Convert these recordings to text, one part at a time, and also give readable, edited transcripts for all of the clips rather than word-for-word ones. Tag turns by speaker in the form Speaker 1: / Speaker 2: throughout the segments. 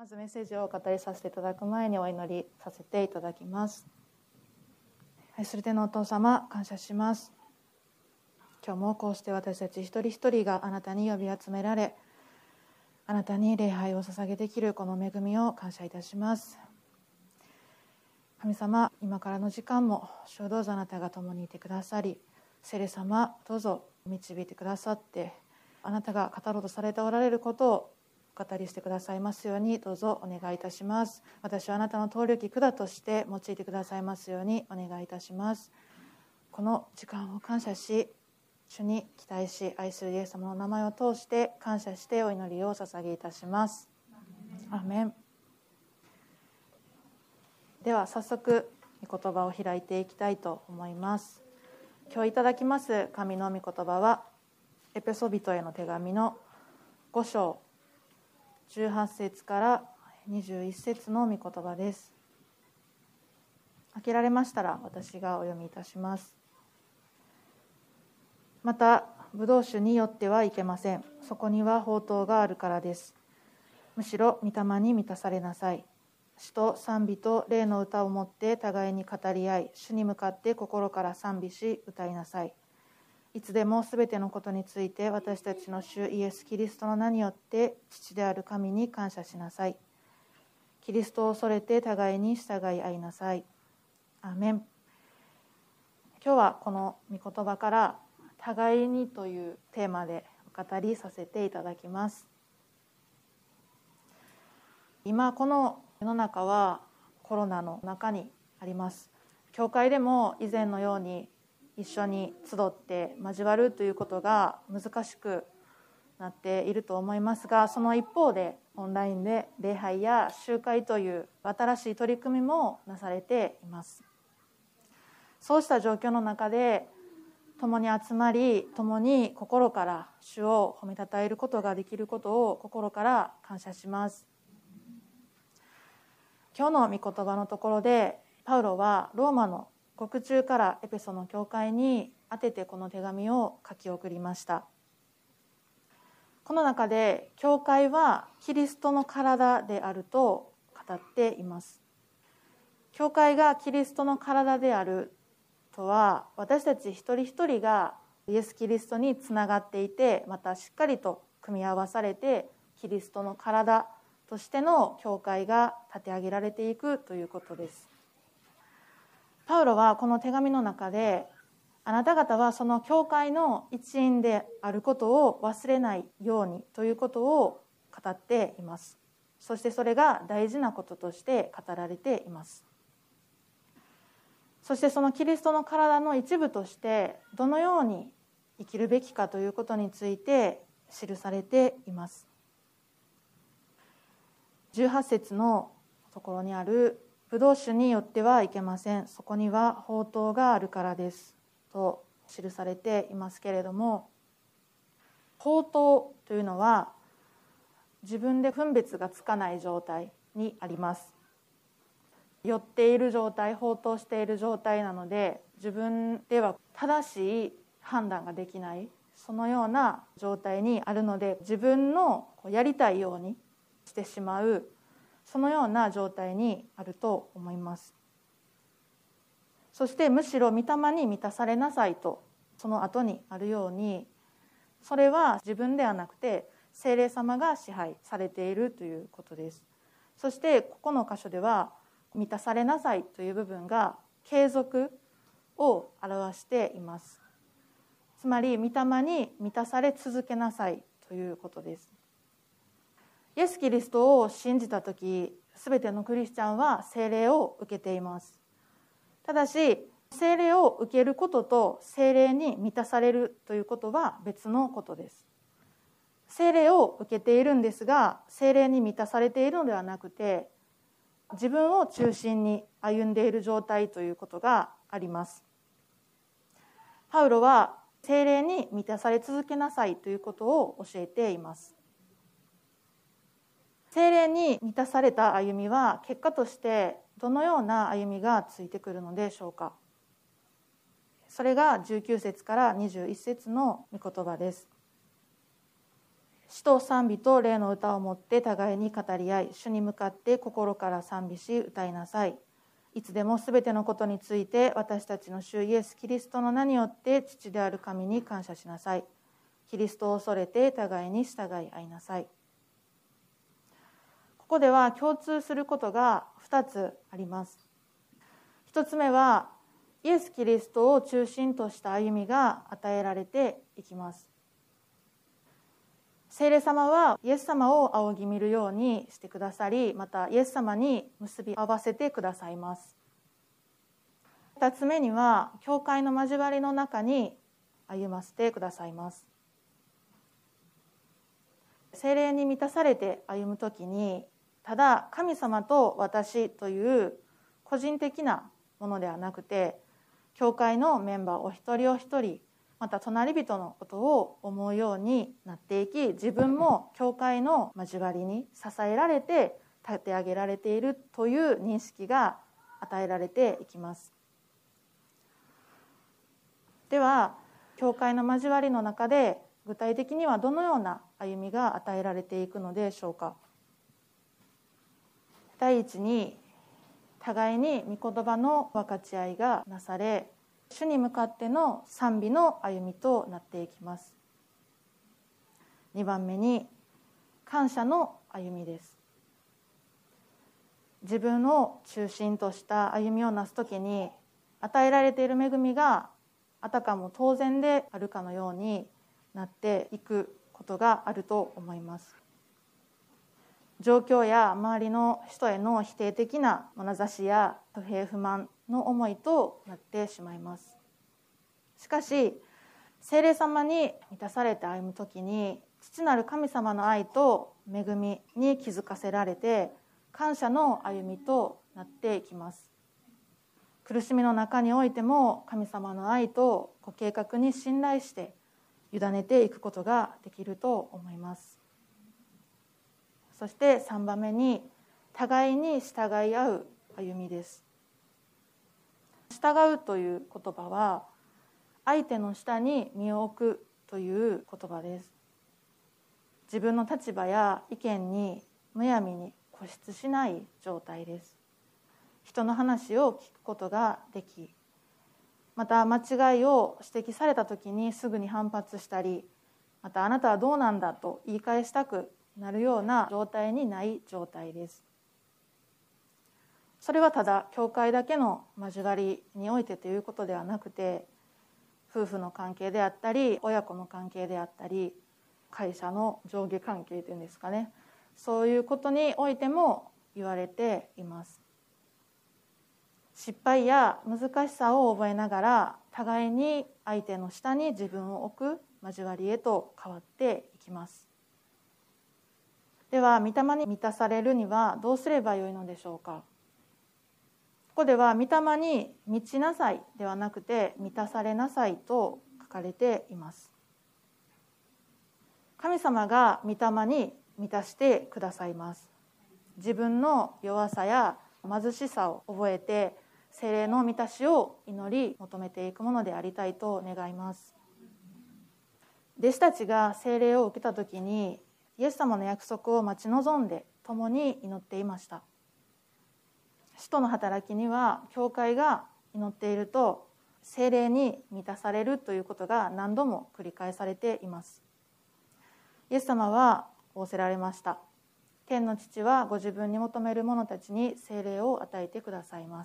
Speaker 1: まずメッセージをお語りさせていただく前にお祈りさせていただきます。愛する天のお父様、感謝します。今日もこうして私たち一人一人があなたに呼び集められ、あなたに礼拝を捧げできるこの恵みを感謝いたします。神様、今からの時間も主をどうぞあなたが共にいてくださり、聖霊様どうぞ導いてくださって、あなたが語ろうとされておられることをお語りしてくださいますようにどうぞお願いいたします。私はあなたの通り行き管として用いてくださいますようにお願いいたします。この時間を感謝し、主に期待し、愛するイエス様の名前を通して感謝してお祈りをお捧げいたします。アーメン。では早速御言葉を開いていきたいと思います。今日いただきます神の御言葉はエペソビトへの手紙の5章18節から21節の御言葉です。開けられましたら私がお読みいたします。またブドウ酒によってはいけません。そこには法灯があるからです。むしろ御霊に満たされなさい。詩と賛美と霊の歌をもって互いに語り合い、主に向かって心から賛美し歌いなさい。いつでもすべてのことについて私たちの主イエス・キリストの名によって父である神に感謝しなさい。キリストを恐れて互いに従い合いなさい。アーメン。今日はこの御言葉から互いにというテーマでお語りさせていただきます。今この世の中はコロナの中にあります。教会でも以前のように一緒に集って交わるということが難しくなっていると思いますが、その一方でオンラインで礼拝や集会という新しい取り組みもなされています。そうした状況の中で共に集まり、共に心から主を褒めたたえることができることを心から感謝します。今日の御言葉のところでパウロはローマの獄中からエペソの教会に宛ててこの手紙を書き送りました。この中で教会はキリストの体であると語っています。教会がキリストの体であるとは、私たち一人一人がイエス・キリストにつながっていて、またしっかりと組み合わされてキリストの体としての教会が立て上げられていくということです。パウロはこの手紙の中で、あなた方はその教会の一員であることを忘れないようにということを語っています。そしてそれが大事なこととして語られています。そしてそのキリストの体の一部としてどのように生きるべきかということについて記されています。18節のところにあるブドウ酒によってはいけません。そこには法灯があるからですと記されていますけれども、法灯というのは自分で分別がつかない状態にあります。酔っている状態、放蕩している状態なので、自分では正しい判断ができない、そのような状態にあるので、自分のやりたいようにしてしまう、そのような状態にあると思います。そしてむしろ御霊に満たされなさいとその後にあるように、それは自分ではなくて聖霊様が支配されているということです。そしてここの箇所では満たされなさいという部分が継続を表しています。つまり御霊に満たされ続けなさいということです。イエス・キリストを信じたとき、すべてのクリスチャンは聖霊を受けています。ただし聖霊を受けることと聖霊に満たされるということは別のことです。聖霊を受けているんですが、聖霊に満たされているのではなくて、自分を中心に歩んでいる状態ということがあります。パウロは聖霊に満たされ続けなさいということを教えています。聖霊に満たされた歩みは結果としてどのような歩みがついてくるのでしょうか。それが19節から21節の御言葉です。 詩と賛美と霊の歌をもって互いに語り合い、主に向かって心から賛美し歌いなさい。いつでもすべてのことについて私たちの主イエス・キリストの名によって父である神に感謝しなさい。キリストを恐れて互いに従い合いなさい。ここでは共通することが2つあります。1つ目はイエス・キリストを中心とした歩みが与えられていきます。聖霊様はイエス様を仰ぎ見るようにしてくださり、またイエス様に結び合わせてくださいます。2つ目には教会の交わりの中に歩ませてくださいます。聖霊に満たされて歩むときに、ただ神様と私という個人的なものではなくて、教会のメンバーお一人お一人、また隣人のことを思うようになっていき、自分も教会の交わりに支えられて立て上げられているという認識が与えられていきます。では教会の交わりの中で具体的にはどのような歩みが与えられていくのでしょうか。第一に、互いに御言葉の分かち合いがなされ、主に向かっての賛美の歩みとなっていきます。2番目に、感謝の歩みです。自分を中心とした歩みをなすときに、与えられている恵みがあたかも当然であるかのようになっていくことがあると思います。状況や周りの人への否定的な眼差しや不平不満の思いとなってしまいます。しかし聖霊様に満たされて歩むときに、父なる神様の愛と恵みに気づかせられて、感謝の歩みとなっていきます。苦しみの中においても神様の愛とご計画に信頼して委ねていくことができると思います。そして3番目に、互いに従い合う歩みです。従うという言葉は、相手の下に身を置くという言葉です。自分の立場や意見にむやみに固執しない状態です。人の話を聞くことができ、また間違いを指摘された時にすぐに反発したり、またあなたはどうなんだと言い返したくなるような状態にない状態です。それはただ教会だけの交わりにおいてということではなくて、夫婦の関係であったり、親子の関係であったり、会社の上下関係というんですかね、そういうことにおいても言われています。失敗や難しさを覚えながら、互いに相手の下に自分を置く交わりへと変わっていきます。では、御霊に満たされるにはどうすればよいのでしょうか。ここでは、御霊に満ちなさいではなくて、満たされなさいと書かれています。神様が御霊に満たしてくださいます。自分の弱さや貧しさを覚えて、聖霊の満たしを祈り求めていくものでありたいと願います。弟子たちが聖霊を受けたときに、イエス様の約束を待ち望んで共に祈っていました。使徒の働きには、教会が祈っていると聖霊に満たされるということが何度も繰り返されています。イエス様は仰せられました。天の父はご自分に求める者たちに聖霊を与えてくださいます。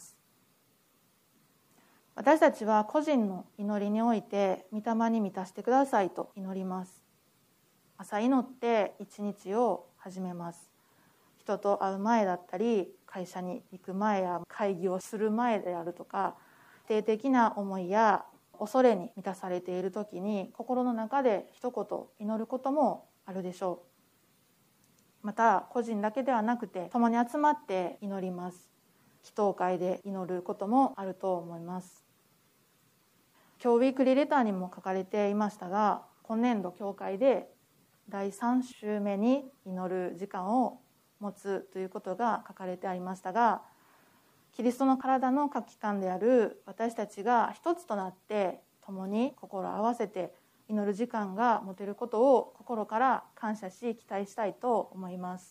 Speaker 1: 私たちは個人の祈りにおいて、御霊に満たしてくださいと祈ります。朝祈って一日を始めます。人と会う前だったり、会社に行く前や会議をする前であるとか、否定的な思いや恐れに満たされている時に、心の中で一言祈ることもあるでしょう。また個人だけではなくて、共に集まって祈ります。祈祷会で祈ることもあると思います。今日ウィークリーレターにも書かれていましたが、今年度教会で第3週目に祈る時間を持つということが書かれてありましたが、キリストの体の各機関である私たちが一つとなって共に心を合わせて祈る時間が持てることを心から感謝し期待したいと思います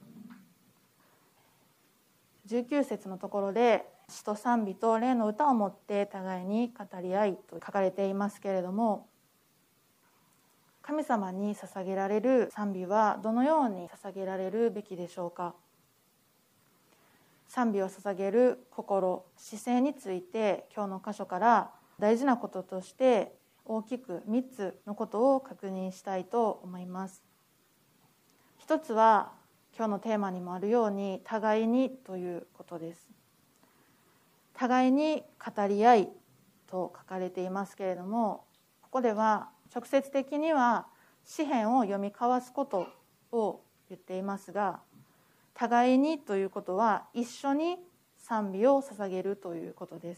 Speaker 1: 。19節のところで詩と賛美と霊の歌をもって互いに語り合いと書かれていますけれども、神様に捧げられる賛美はどのように捧げられるべきでしょうか。賛美を捧げる心、姿勢について今日の箇所から大事なこととして大きく3つのことを確認したいと思います。一つは今日のテーマにもあるように互いにということです。互いに語り合いと書かれていますけれども、ここでは直接的には詩篇を読み交わすことを言っていますが、互いにということは一緒に賛美を捧げるということです。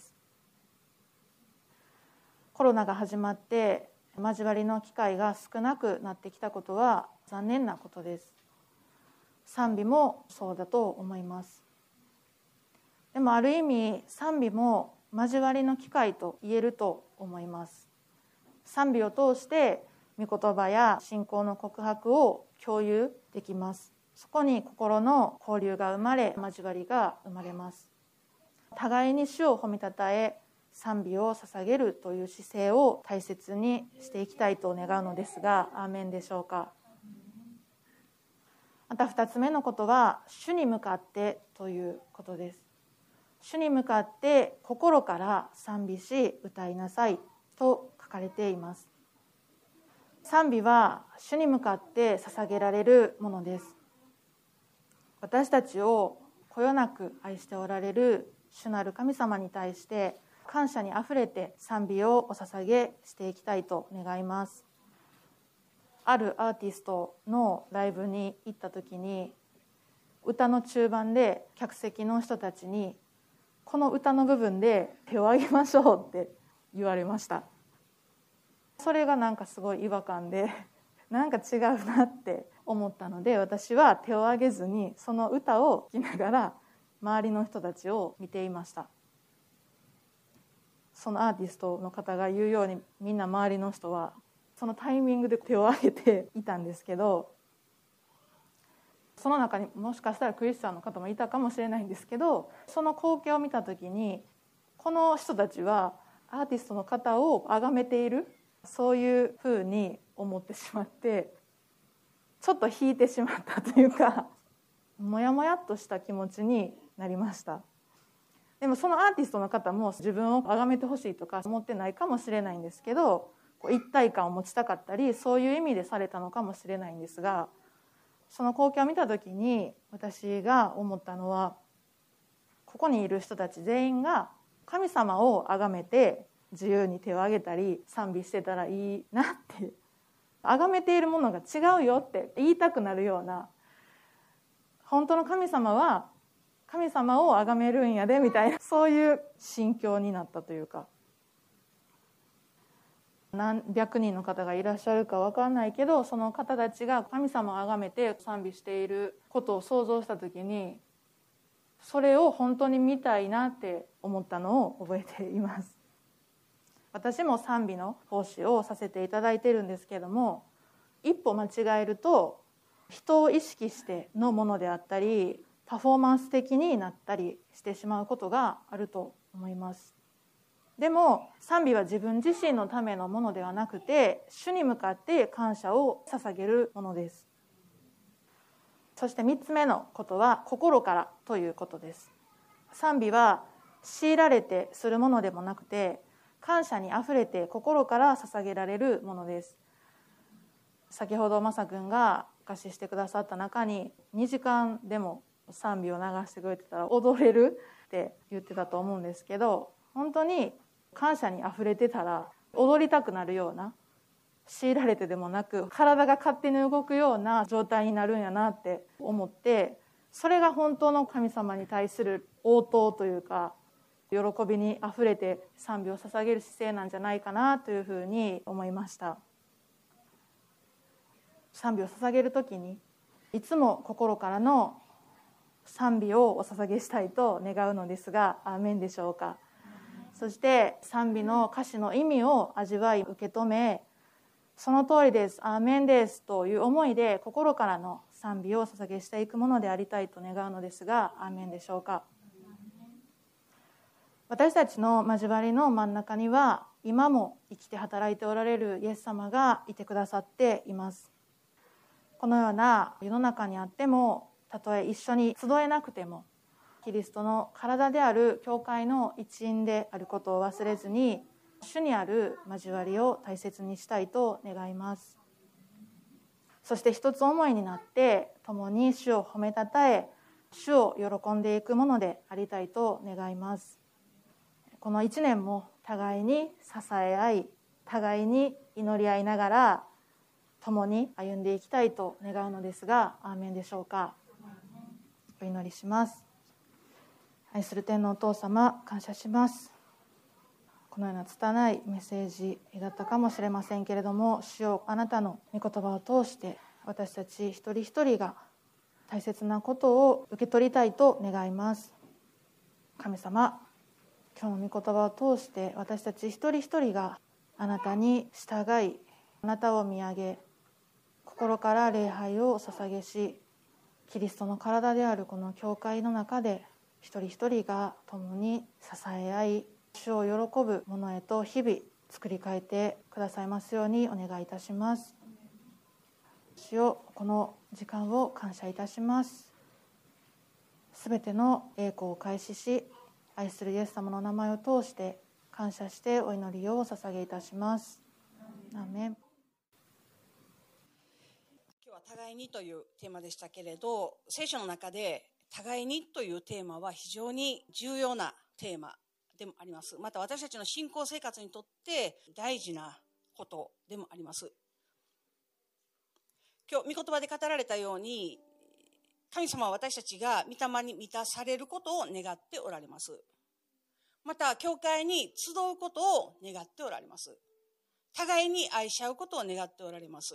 Speaker 1: コロナが始まって交わりの機会が少なくなってきたことは残念なことです。賛美もそうだと思います。でもある意味賛美も交わりの機会と言えると思います。賛美を通して御言葉や信仰の告白を共有できます。そこに心の交流が生まれ、交わりが生まれます。互いに主を褒めたたえ賛美を捧げるという姿勢を大切にしていきたいと願うのですが、アーメンでしょうか。また2つ目のことは主に向かってということです。主に向かって心から賛美し歌いなさいと書かれています。賛美は主に向かって捧げられるものです。私たちをこよなく愛しておられる主なる神様に対して感謝にあふれて賛美をお捧げしていきたいと願います。あるアーティストのライブに行った時に、歌の中盤で客席の人たちにこの歌の部分で手を挙げましょうって言われました。それがなんかすごい違和感でなんか違うなって思ったので、私は手を挙げずにその歌を聴きながら周りの人たちを見ていました。そのアーティストの方が言うように、みんな周りの人はそのタイミングで手を挙げていたんですけど、その中にもしかしたらクリスチャンの方もいたかもしれないんですけど、その光景を見た時にこの人たちはアーティストの方を崇めている、そういうふうに思ってしまって、ちょっと引いてしまったというか、もやもやっとした気持ちになりました。でもそのアーティストの方も自分を崇めてほしいとか思ってないかもしれないんですけど、一体感を持ちたかったり、そういう意味でされたのかもしれないんですが、その光景を見た時に私が思ったのは、ここにいる人たち全員が神様を崇めて自由に手を挙げたり賛美してたらいいなって、崇めているものが違うよって言いたくなるような、本当の神様は神様を崇めるんやでみたいな、そういう心境になったというか、何百人の方がいらっしゃるか分からないけど、その方たちが神様を崇めて賛美していることを想像した時に、それを本当に見たいなって思ったのを覚えています。私も賛美の奉仕をさせていただいているんですけども、一歩間違えると人を意識してのものであったり、パフォーマンス的になったりしてしまうことがあると思います。でも賛美は自分自身のためのものではなくて、主に向かって感謝を捧げるものです。そして3つ目のことは心からということです。賛美は強いられてするものでもなくて、感謝にあふれて心から捧げられるものです。先ほどマサ君がお貸ししてくださった中に、2時間でも賛美を流してくれてたら踊れるって言ってたと思うんですけど、本当に感謝にあふれてたら踊りたくなるような、強いられてでもなく体が勝手に動くような状態になるんやなって思って、それが本当の神様に対する応答というか、喜びにあふれて賛美を捧げる姿勢なんじゃないかなというふうに思いました。賛美を捧げるときにいつも心からの賛美をお捧げしたいと願うのですが、アーメンでしょうか。そして賛美の歌詞の意味を味わい受け止め、 その通りです、アーメンですという思いで心からの賛美をお捧げしていくものでありたいと願うのですが、アーメンでしょうか。私たちの交わりの真ん中には今も生きて働いておられるイエス様がいてくださっています。このような世の中にあっても、たとえ一緒に集えなくても、キリストの体である教会の一員であることを忘れずに、主にある交わりを大切にしたいと願います。そして一つ思いになって共に主を褒めたたえ、主を喜んでいくものでありたいと願います。この一年も互いに支え合い、互いに祈り合いながら共に歩んでいきたいと願うのですが、アーメンでしょうか。お祈りします。愛する天のお父様、感謝します。このような拙いメッセージだったかもしれませんけれども、主よ、あなたの御言葉を通して私たち一人一人が大切なことを受け取りたいと願います。神様、今日の御言葉を通して私たち一人一人があなたに従い、あなたを見上げ、心から礼拝を捧げし、キリストの体であるこの教会の中で一人一人が共に支え合い、主を喜ぶものへと日々作り変えてくださいますようにお願いいたします。主よ、この時間を感謝いたします。すべての栄光を開始し、愛するイエス様の名前を通して感謝してお祈りをお捧げいたします。アーメン。
Speaker 2: 今日は互いにというテーマでしたけれど、聖書の中で互いにというテーマは非常に重要なテーマでもあります。また私たちの信仰生活にとって大事なことでもあります。今日御言葉で語られたように、神様は私たちが御霊に満たされることを願っておられます。また教会に集うことを願っておられます。互いに愛し合うことを願っておられます。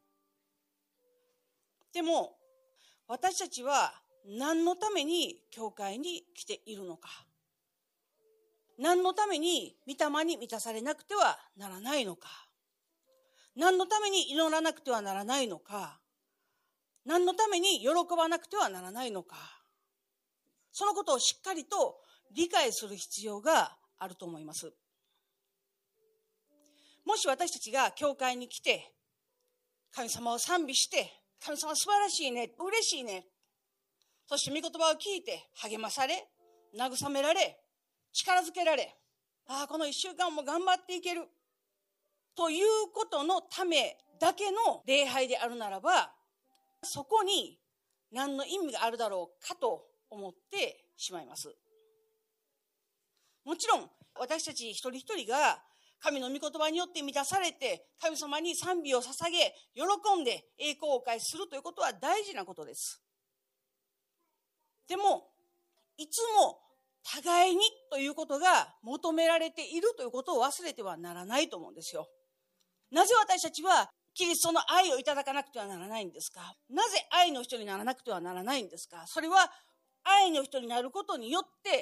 Speaker 2: でも私たちは何のために教会に来ているのか、何のために御霊に満たされなくてはならないのか、何のために祈らなくてはならないのか、何のために喜ばなくてはならないのか、そのことをしっかりと理解する必要があると思います。もし私たちが教会に来て神様を賛美して、神様素晴らしいね、嬉しいね、そして御言葉を聞いて励まされ、慰められ、力づけられ、この1週間も頑張っていけるということのためだけの礼拝であるならば、そこに何の意味があるだろうかと思ってしまいます。もちろん私たち一人一人が神の御言葉によって満たされて、神様に賛美を捧げ、喜んで栄光を返しするということは大事なことです。でもいつも互いにということが求められているということを忘れてはならないと思うんですよ。なぜ私たちはキリストの愛をいただかなくてはならないんですか？なぜ愛の人にならなくてはならないんですか？それは愛の人になることによって、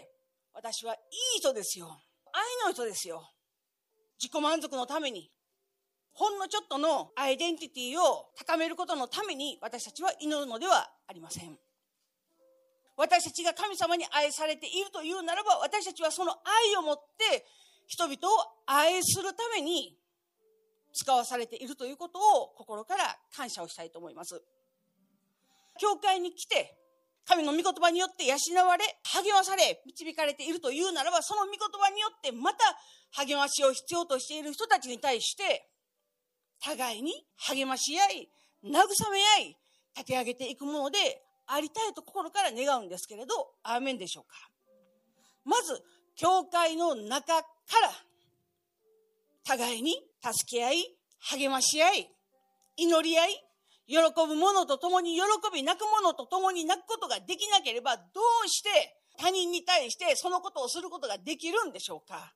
Speaker 2: 私はいい人ですよ。愛の人ですよ。自己満足のために、ほんのちょっとのアイデンティティを高めることのために私たちは祈るのではありません。私たちが神様に愛されているというならば、私たちはその愛を持って人々を愛するために使わされているということを心から感謝をしたいと思います。教会に来て神の御言葉によって養われ、励まされ、導かれているというならば、その御言葉によってまた励ましを必要としている人たちに対して互いに励まし合い、慰め合い、立て上げていくものでありたいと心から願うんですけれど、アーメンでしょうか。まず教会の中から互いに助け合い、励まし合い、祈り合い、喜ぶ者と共に喜び、泣く者と共に泣くことができなければ、どうして他人に対してそのことをすることができるんでしょうか。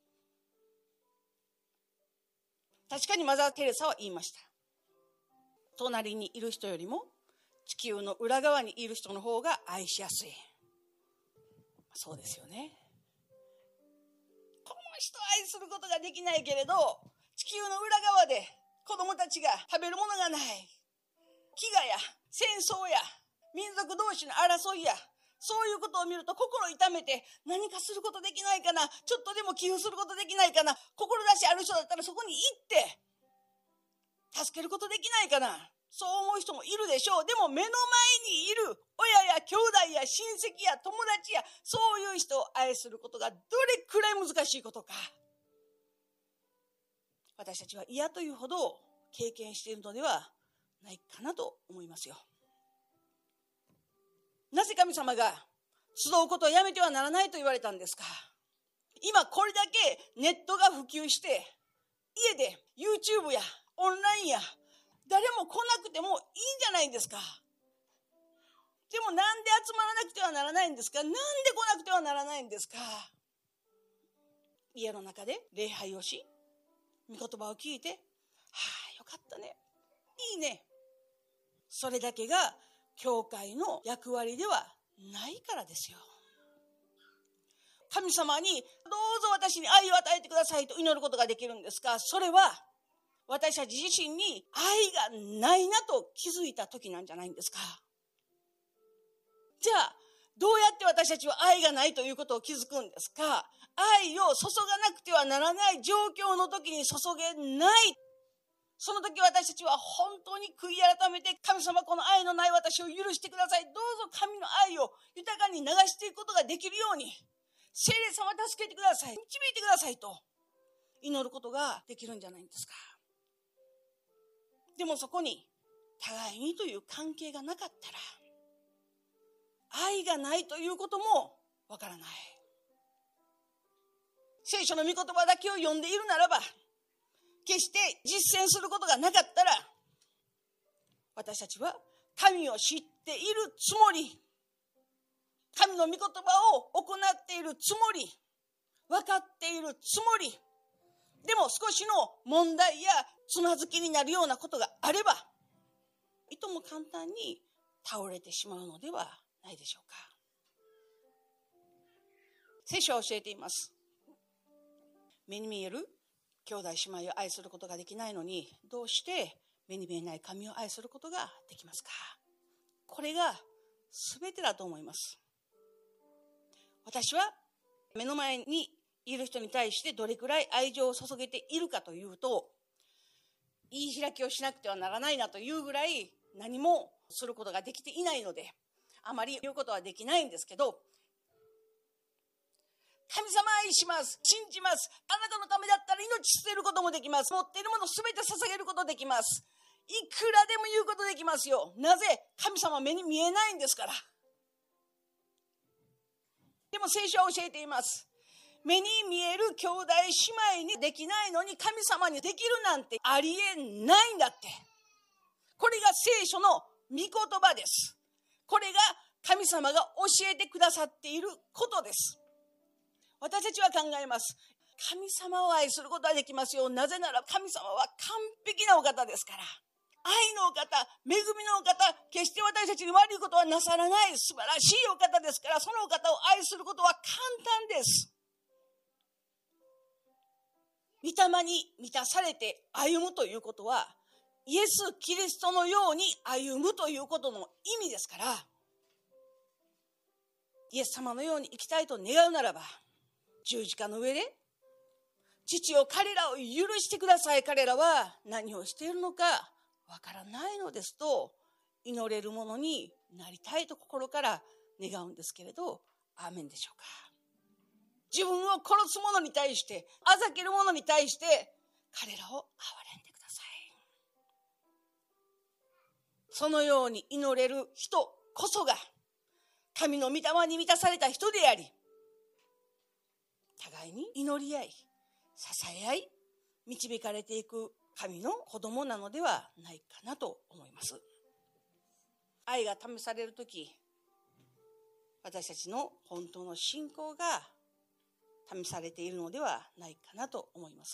Speaker 2: 確かにマザー・テレサは言いました。隣にいる人よりも地球の裏側にいる人の方が愛しやすい。そうですよね。この人を愛することができないけれど、地球の裏側で子供たちが食べるものがない。飢餓や戦争や民族同士の争いや、そういうことを見ると心痛めて、何かすることできないかな、ちょっとでも寄付することできないかな、志ある人だったらそこに行って助けることできないかな、そう思う人もいるでしょう。でも目の前にいる親や兄弟や親戚や友達や、そういう人を愛することがどれくらい難しいことか、私たちは嫌というほど経験しているのではないかなと思いますよ。なぜ神様が集うことをやめてはならないと言われたんですか。今これだけネットが普及して、家で YouTube やオンラインや誰も来なくてもいいんじゃないんですか。でもなんで集まらなくてはならないんですか。なんで来なくてはならないんですか。家の中で礼拝をし、御言葉を聞いて、はあよかったね、いいね、それだけが教会の役割ではないからですよ。神様にどうぞ私に愛を与えてくださいと祈ることができるんですか。それは私たち自身に愛がないなと気づいた時なんじゃないんですか。じゃあどうやって私たちは愛がないということを気づくんですか。愛を注がなくてはならない状況の時に注げない、その時私たちは本当に悔い改めて、神様この愛のない私を許してください、どうぞ神の愛を豊かに流していくことができるように、聖霊様助けてください、導いてくださいと祈ることができるんじゃないんですか。でもそこに互いにという関係がなかったら、愛がないということもわからない。聖書の御言葉だけを読んでいるならば、決して実践することがなかったら、私たちは神を知っているつもり、神の御言葉を行っているつもり、分かっているつもり、でも少しの問題やつまずきになるようなことがあれば、いとも簡単に倒れてしまうのではないでしょうか。聖書は教えています。目に見える兄弟姉妹を愛することができないのに、どうして目に見えない神を愛することができますか。これが全てだと思います。私は目の前にいる人に対してどれくらい愛情を注げているかというと、言い開きをしなくてはならないなというぐらい何もすることができていないので、あまり言うことはできないんですけど、神様愛します、信じます、あなたのためだったら命捨てることもできます、持っているものすべて捧げることできます、いくらでも言うことできますよ。なぜ？神様は目に見えないんですから。でも聖書は教えています。目に見える兄弟姉妹にできないのに神様にできるなんてありえないんだって。これが聖書の御言葉です。これが神様が教えてくださっていることです。私たちは考えます。神様を愛することはできますよ。なぜなら神様は完璧なお方ですから。愛のお方、恵みのお方、決して私たちに悪いことはなさらない素晴らしいお方ですから、そのお方を愛することは簡単です。御霊に満たされて歩むということは、イエス・キリストのように歩むということの意味ですから、イエス様のように生きたいと願うならば、十字架の上で、父よ彼らを許してください、彼らは何をしているのかわからないのですと祈れるものになりたいと心から願うんですけれど、アーメンでしょうか。自分を殺す者に対して、あざける者に対して彼らを憐れんでください。そのように祈れる人こそが神の御霊に満たされた人であり、互いに祈り合い、支え合い、導かれていく神の子供なのではないかなと思います。愛が試されるとき、私たちの本当の信仰が試されているのではないかなと思います。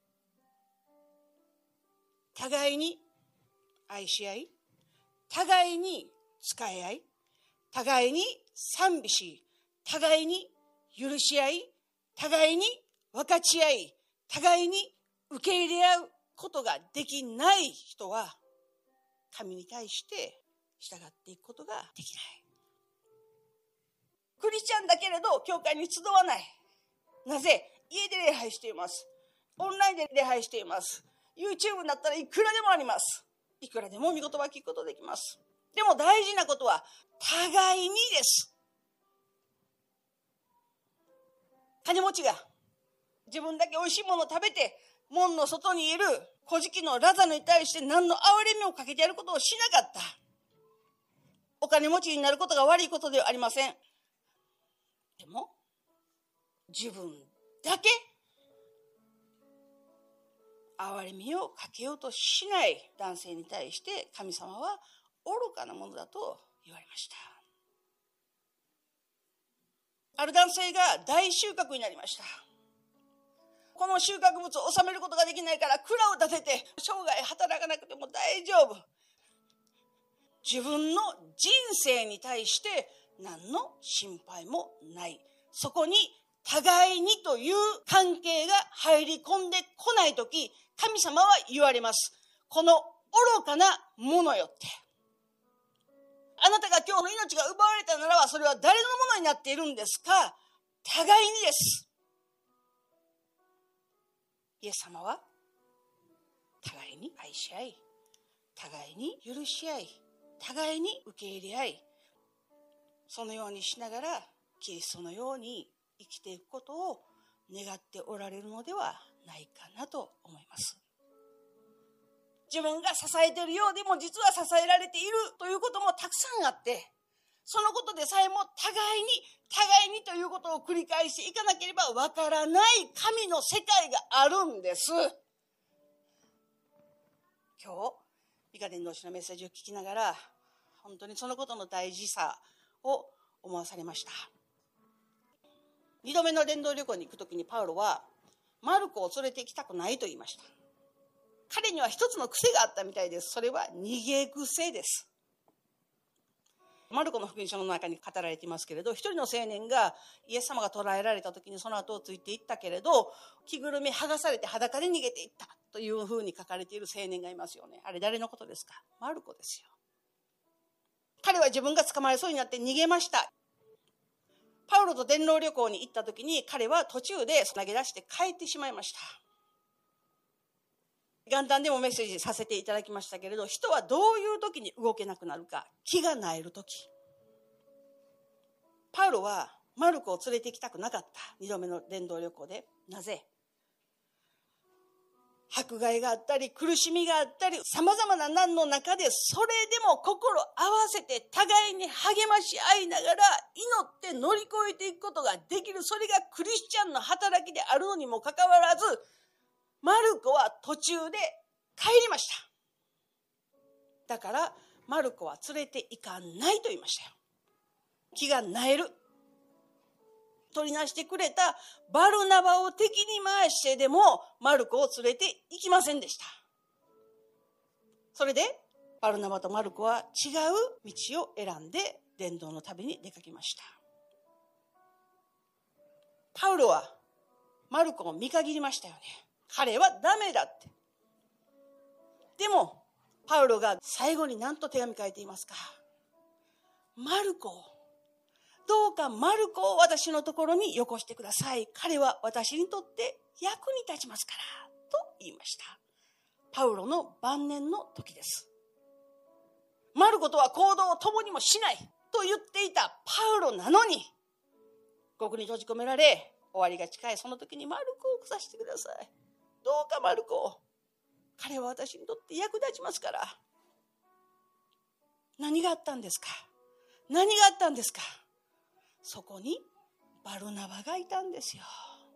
Speaker 2: 互いに愛し合い、互いに仕え合い、互いに賛美し、互いに許し合い、互いに分かち合い、互いに受け入れ合うことができない人は、神に対して従っていくことができない。クリスチャンだけれど、教会に集わない。なぜ？家で礼拝しています。オンラインで礼拝しています。YouTube だったらいくらでもあります。いくらでも御言葉を聞くことできます。でも大事なことは、互いにです。金持ちが自分だけ美味しいものを食べて、門の外にいる小敷のラザルに対して何の憐れみをかけてやることをしなかった。お金持ちになることが悪いことではありません。でも、自分だけ憐れみをかけようとしない男性に対して神様は愚かなものだと言われました。ある男性が大収穫になりました。この収穫物を収めることができないから蔵を建てて生涯働かなくても大丈夫。自分の人生に対して何の心配もない。そこに互いにという関係が入り込んでこないとき、神様は言われます。この愚かなものよって。あなたが今日の命が奪われたならば、それは誰のものになっているんですか？互いにです。イエス様は互いに愛し合い、互いに許し合い、互いに受け入れ合い、そのようにしながらキリストのように生きていくことを願っておられるのではないかなと思います。自分が支えているようでも実は支えられているということもたくさんあって、そのことでさえも互いにということを繰り返していかなければわからない神の世界があるんです。今日美香伝道師のメッセージを聞きながら、本当にそのことの大事さを思わされました。2度目の伝道旅行に行くときにパウロはマルコを連れて行きたくないと言いました。彼には一つの癖があったみたいです。それは逃げ癖です。マルコの福音書の中に語られていますけれど、一人の青年がイエス様が捕らえられた時にその後をついていったけれど、着ぐるみ剥がされて裸で逃げていったというふうに書かれている青年がいますよね。あれ誰のことですか？マルコですよ。彼は自分が捕まりそうになって逃げました。パウロと伝道旅行に行った時に彼は途中で投げ出して帰ってしまいました。元旦でもメッセージさせていただきましたけれど、人はどういう時に動けなくなるか、気が萎える時。パウロはマルコを連れて行きたくなかった。2度目の伝道旅行で。なぜ？迫害があったり苦しみがあったり様々な難の中で、それでも心合わせて互いに励まし合いながら祈って乗り越えていくことができる。それがクリスチャンの働きであるのにもかかわらず、マルコは途中で帰りました。だからマルコは連れて行かないと言いましたよ。気が萎える。取りなしてくれたバルナバを敵に回してでもマルコを連れて行きませんでした。それでバルナバとマルコは違う道を選んで伝道の旅に出かけました。パウロはマルコを見限りましたよね。彼はダメだって。でもパウロが最後に何と手紙書いていますか？マルコ、どうかマルコを私のところによこしてください。彼は私にとって役に立ちますからと言いました。パウロの晩年の時です。マルコとは行動を共にもしないと言っていたパウロなのに、獄に閉じ込められ終わりが近いその時にマルコを来させてください。どうかマルコ、彼は私にとって役立ちますから。何があったんですか？何があったんですか？そこにバルナバがいたんですよ。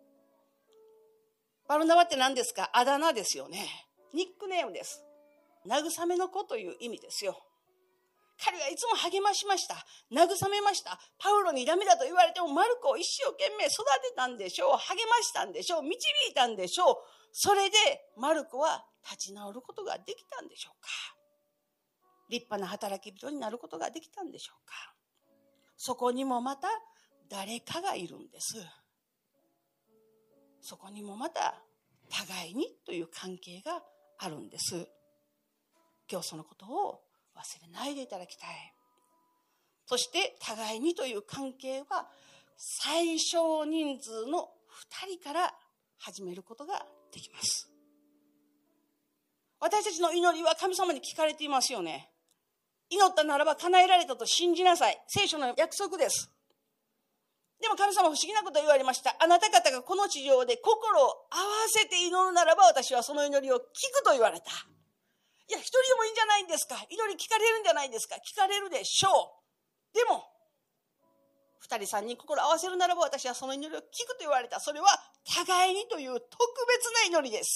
Speaker 2: バルナバって何ですか？あだ名ですよね。ニックネームです。慰めの子という意味ですよ。彼はいつも励ましました。慰めました。パウロにダメだと言われてもマルコを一生懸命育てたんでしょう。励ましたんでしょう。導いたんでしょう。それでマルコは立ち直ることができたんでしょうか？立派な働き人になることができたんでしょうか？そこにもまた誰かがいるんです。そこにもまた互いにという関係があるんです。今日そのことを忘れないでいただきたい。そして互いにという関係は最小人数の2人から始めることができます。私たちの祈りは神様に聞かれていますよね。祈ったならば叶えられたと信じなさい。聖書の約束です。でも神様不思議なことを言われました。あなた方がこの地上で心を合わせて祈るならば私はその祈りを聞くと言われた。いや、一人でもいいんじゃないんですか。祈り聞かれるんじゃないですか。聞かれるでしょう。でも、二人三人心を合わせるならば私はその祈りを聞くと言われた。それは互いにという特別な祈りです。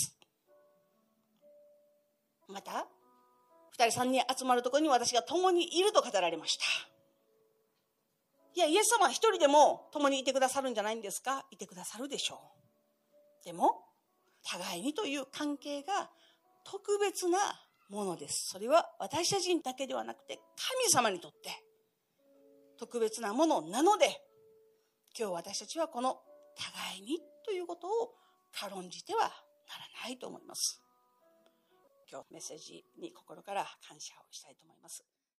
Speaker 2: また、二人三人集まるところに私が共にいると語られました。いや、イエス様は一人でも共にいてくださるんじゃないんですか。いてくださるでしょう。でも、互いにという関係が特別なものです。それは私たちだけではなくて神様にとって特別なものなので、今日私たちはこの互いにということを軽んじてはならないと思います。今日メッセージに心から感謝をしたいと思います。